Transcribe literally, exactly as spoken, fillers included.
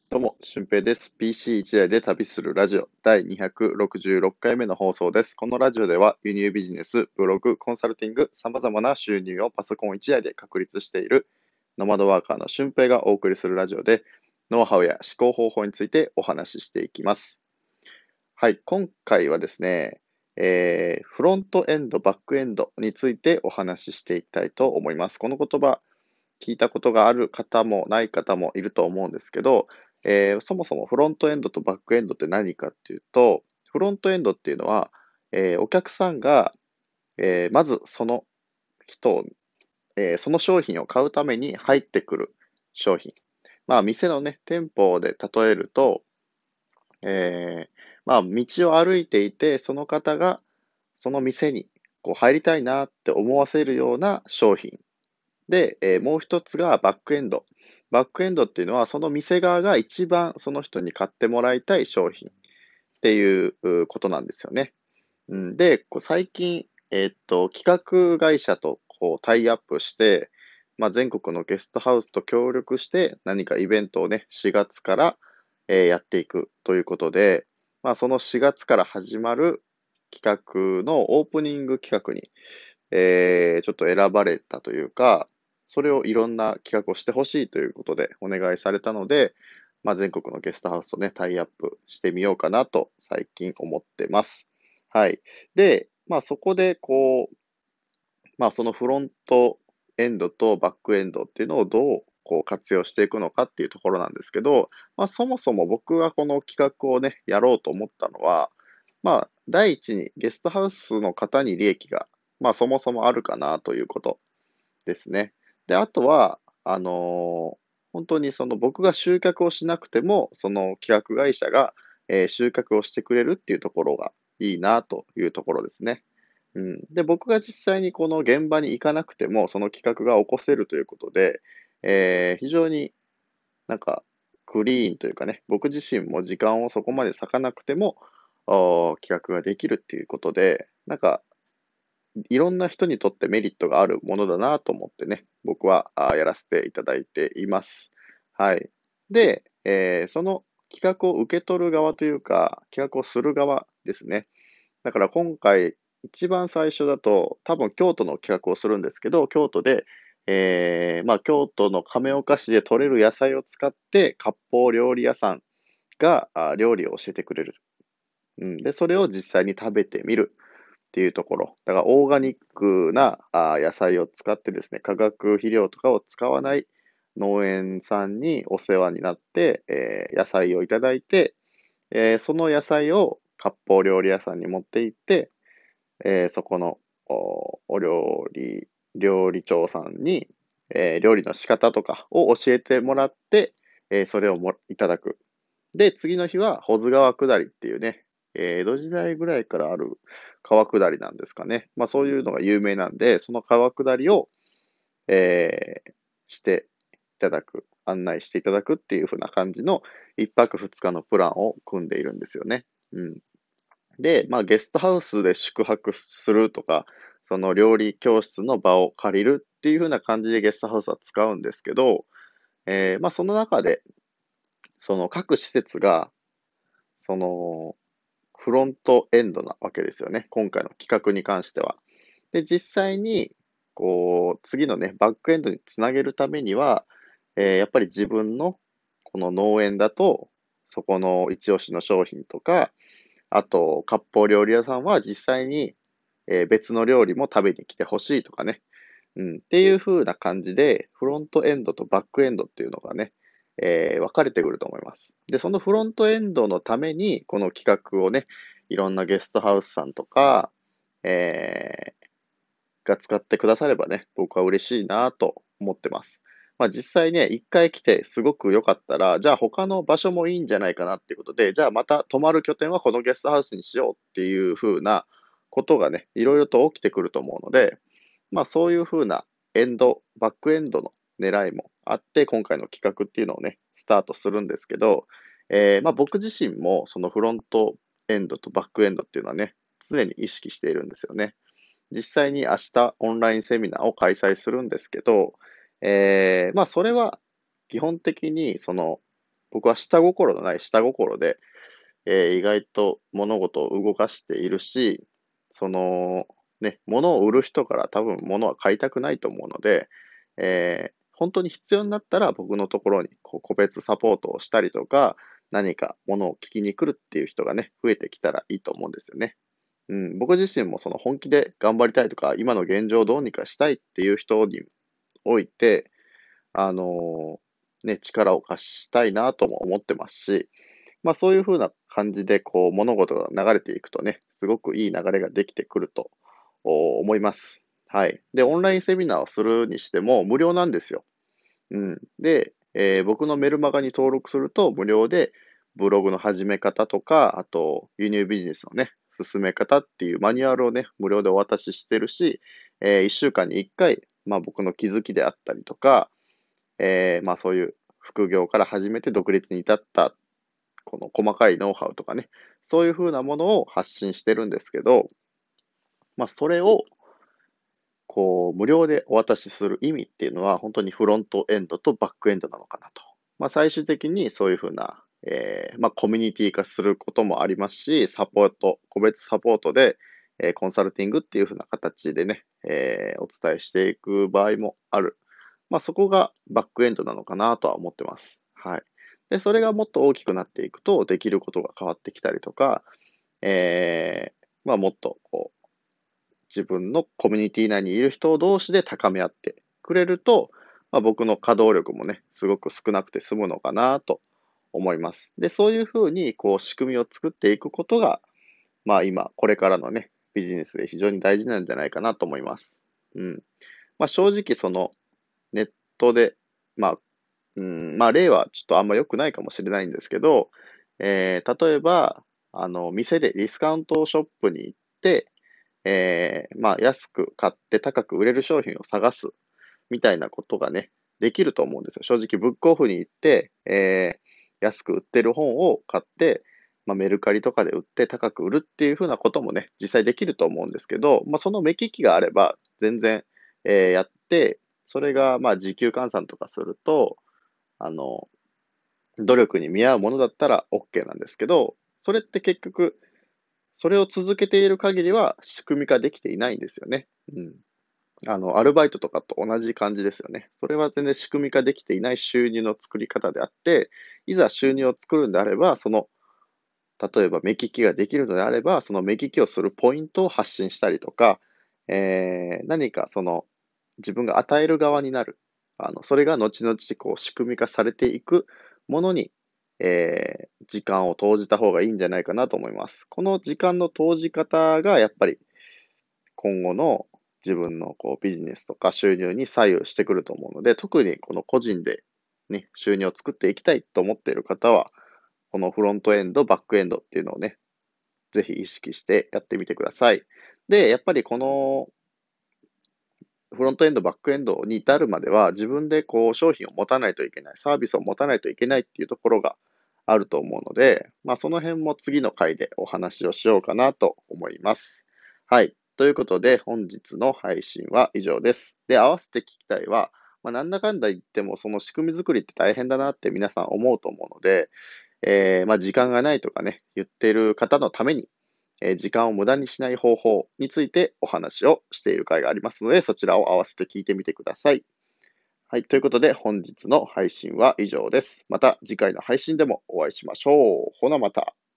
どうも、俊平です。ピーシーいち 台で旅するラジオだいにひゃくろくじゅうろっかいめの放送です。このラジオでは輸入ビジネス、ブログ、コンサルティング、様々な収入をパソコンいちだいで確立しているノマドワーカーの俊平がお送りするラジオで、ノウハウや思考方法についてお話ししていきます。はい、今回はですね、えーフロントエンド、バックエンドについてお話ししていきたいと思います。この言葉、聞いたことがある方もない方もいると思うんですけど、えーそもそもフロントエンドとバックエンドって何かっていうと、フロントエンドっていうのは、えーお客さんが、えーまずその人を、えーその商品を買うために入ってくる商品。まあ、店のね、店舗で例えると、えーまあ、道を歩いていて、その方がその店にこう入りたいなって思わせるような商品で、えーもう一つがバックエンド。バックエンドっていうのは、その店側が一番その人に買ってもらいたい商品っていううことなんですよね。うん、で、こう最近、えーっと、企画会社とこうタイアップして、まあ、全国のゲストハウスと協力して何かイベントをね、しがつから、えーやっていくということで、まあ、そのしがつから始まる企画のオープニング企画にえーちょっと選ばれたというか、それをいろんな企画をしてほしいということでお願いされたので、まあ、全国のゲストハウスとね、タイアップしてみようかなと最近思ってます。はい。で、まあそこでこう、まあそのフロントエンドとバックエンドっていうのをどうこう活用していくのかっていうところなんですけど、まあそもそも僕がこの企画をね、やろうと思ったのは、まあ第一にゲストハウスの方に利益が、まあそもそもあるかなということですね。で、あとは、あのー本当にその僕が集客をしなくても、その企画会社が、えー集客をしてくれるっていうところがいいなというところですね。うん。で、僕が実際にこの現場に行かなくても、その企画が起こせるということで、えー非常になんかクリーンというかね、僕自身も時間をそこまで割かなくても、お企画ができるっていうことで、なんかいろんな人にとってメリットがあるものだなと思ってね、僕はあやらせていただいています。はい。で、えーその企画を受け取る側というか、企画をする側ですね。だから今回、一番最初だと、多分京都の企画をするんですけど、京都で、えーまあ、京都の亀岡市で採れる野菜を使って、割烹料理屋さんがあ料理を教えてくれる。うん、で、それを実際に食べてみる。っていうところ。だからオーガニックなあ野菜を使ってですね、化学肥料とかを使わない農園さんにお世話になって、えー野菜をいただいて、えーその野菜を割烹料理屋さんに持って行って、えーそこのお、お料理、料理長さんに、えー料理の仕方とかを教えてもらって、えーそれをもいただく。で、次の日は保津川下りっていうね、えー江戸時代ぐらいからある川下りなんですかね。まあそういうのが有名なんで、その川下りを、えーしていただく、案内していただくっていう風な感じのいっぱくふつかのプランを組んでいるんですよね。うん。で、まあゲストハウスで宿泊するとか、その料理教室の場を借りるっていう風な感じでゲストハウスは使うんですけど、えーまあその中で、その各施設が、そのフロントエンドなわけですよね。今回の企画に関しては。で、実際に、こう、次のね、バックエンドにつなげるためには、えーやっぱり自分のこの農園だと、そこの一押しの商品とか、あと、割烹料理屋さんは実際に、えー別の料理も食べに来てほしいとかね。うん、っていう風な感じで、フロントエンドとバックエンドっていうのがね、えー分かれてくると思います。で、そのフロントエンドのために、この企画をね、いろんなゲストハウスさんとか、えーが使ってくださればね、僕は嬉しいなと思ってます。まあ実際ね、一回来てすごく良かったら、じゃあ他の場所もいいんじゃないかなっていうことで、じゃあまた泊まる拠点はこのゲストハウスにしようっていう風なことがね、いろいろと起きてくると思うので、まあそういう風なエンド、バックエンドの狙いもあって、今回の企画っていうのをね、スタートするんですけど、えーまあ僕自身もそのフロントエンドとバックエンドっていうのはね、常に意識しているんですよね。実際に明日オンラインセミナーを開催するんですけど、えーまあそれは基本的にその僕は下心のない下心で、えー意外と物事を動かしているし、その、ね、物を売る人から多分物は買いたくないと思うので、えー本当に必要になったら僕のところにこう個別サポートをしたりとか、何か物を聞きに来るっていう人がね、増えてきたらいいと思うんですよね。うん、僕自身もその本気で頑張りたいとか、今の現状をどうにかしたいっていう人において、あのね、力を貸したいなとも思ってますし、まあそういう風な感じでこう物事が流れていくとね、すごくいい流れができてくるとお思います。はい。で、オンラインセミナーをするにしても無料なんですよ。うん。で、えー僕のメルマガに登録すると無料でブログの始め方とか、あと輸入ビジネスのね、進め方っていうマニュアルをね、無料でお渡ししてるし、えいっしゅうかんにいっかい、まあ僕の気づきであったりとか、えーまあそういう副業から始めて独立に至ったこの細かいノウハウとかね、そういうふうなものを発信してるんですけど、まあそれをこう無料でお渡しする意味っていうのは本当にフロントエンドとバックエンドなのかなと。まあ最終的にそういうふうな、えーまあコミュニティ化することもありますし、サポート、個別サポートで、えーコンサルティングっていうふうな形でね、えーお伝えしていく場合もある。まあそこがバックエンドなのかなとは思ってます。はい。で、それがもっと大きくなっていくと、できることが変わってきたりとか、えーまあもっとこう、自分のコミュニティ内にいる人同士で高め合ってくれると、まあ、僕の稼働力もね、すごく少なくて済むのかなと思います。で、そういうふうに、こう、仕組みを作っていくことが、まあ今、これからのね、ビジネスで非常に大事なんじゃないかなと思います。うん。まあ正直、その、ネットで、まあ、うん、まあ例はちょっとあんま良くないかもしれないんですけど、えー例えば、あの、店でディスカウントショップに行って、えーまあ、安く買って高く売れる商品を探すみたいなことがね、できると思うんですよ。正直、ブックオフに行って、えー安く売ってる本を買って、まあ、メルカリとかで売って高く売るっていうふうなこともね、実際できると思うんですけど、まあ、その目利きがあれば、全然、えーやって、それが、まあ、時給換算とかすると、あの、努力に見合うものだったら OK なんですけど、それって結局、それを続けている限りは仕組み化できていないんですよね。うん。あの、アルバイトとかと同じ感じですよね。それは全然仕組み化できていない収入の作り方であって、いざ収入を作るんであれば、その、例えば目利きができるのであれば、その目利きをするポイントを発信したりとか、えー、何かその、自分が与える側になる。あの、それが後々こう仕組み化されていくものに、えー、時間を投じた方がいいんじゃないかなと思います。この時間の投じ方がやっぱり今後の自分のこうビジネスとか収入に左右してくると思うので、特にこの個人でね、収入を作っていきたいと思っている方は、このフロントエンド、バックエンドっていうのをね、ぜひ意識してやってみてください。で、やっぱりこのフロントエンド、バックエンドに至るまでは、自分でこう商品を持たないといけない、サービスを持たないといけないっていうところがあると思うので、まあその辺も次の回でお話をしようかなと思います。はい。ということで、本日の配信は以上です。で、合わせて聞きたいは、まあ、なんだかんだ言っても、その仕組み作りって大変だなって皆さん思うと思うので、えー、まあ時間がないとかね、言っている方のために、えー時間を無駄にしない方法についてお話をしている回がありますので、そちらを合わせて聞いてみてください。はい。ということで、本日の配信は以上です。また次回の配信でもお会いしましょう。ほなまた。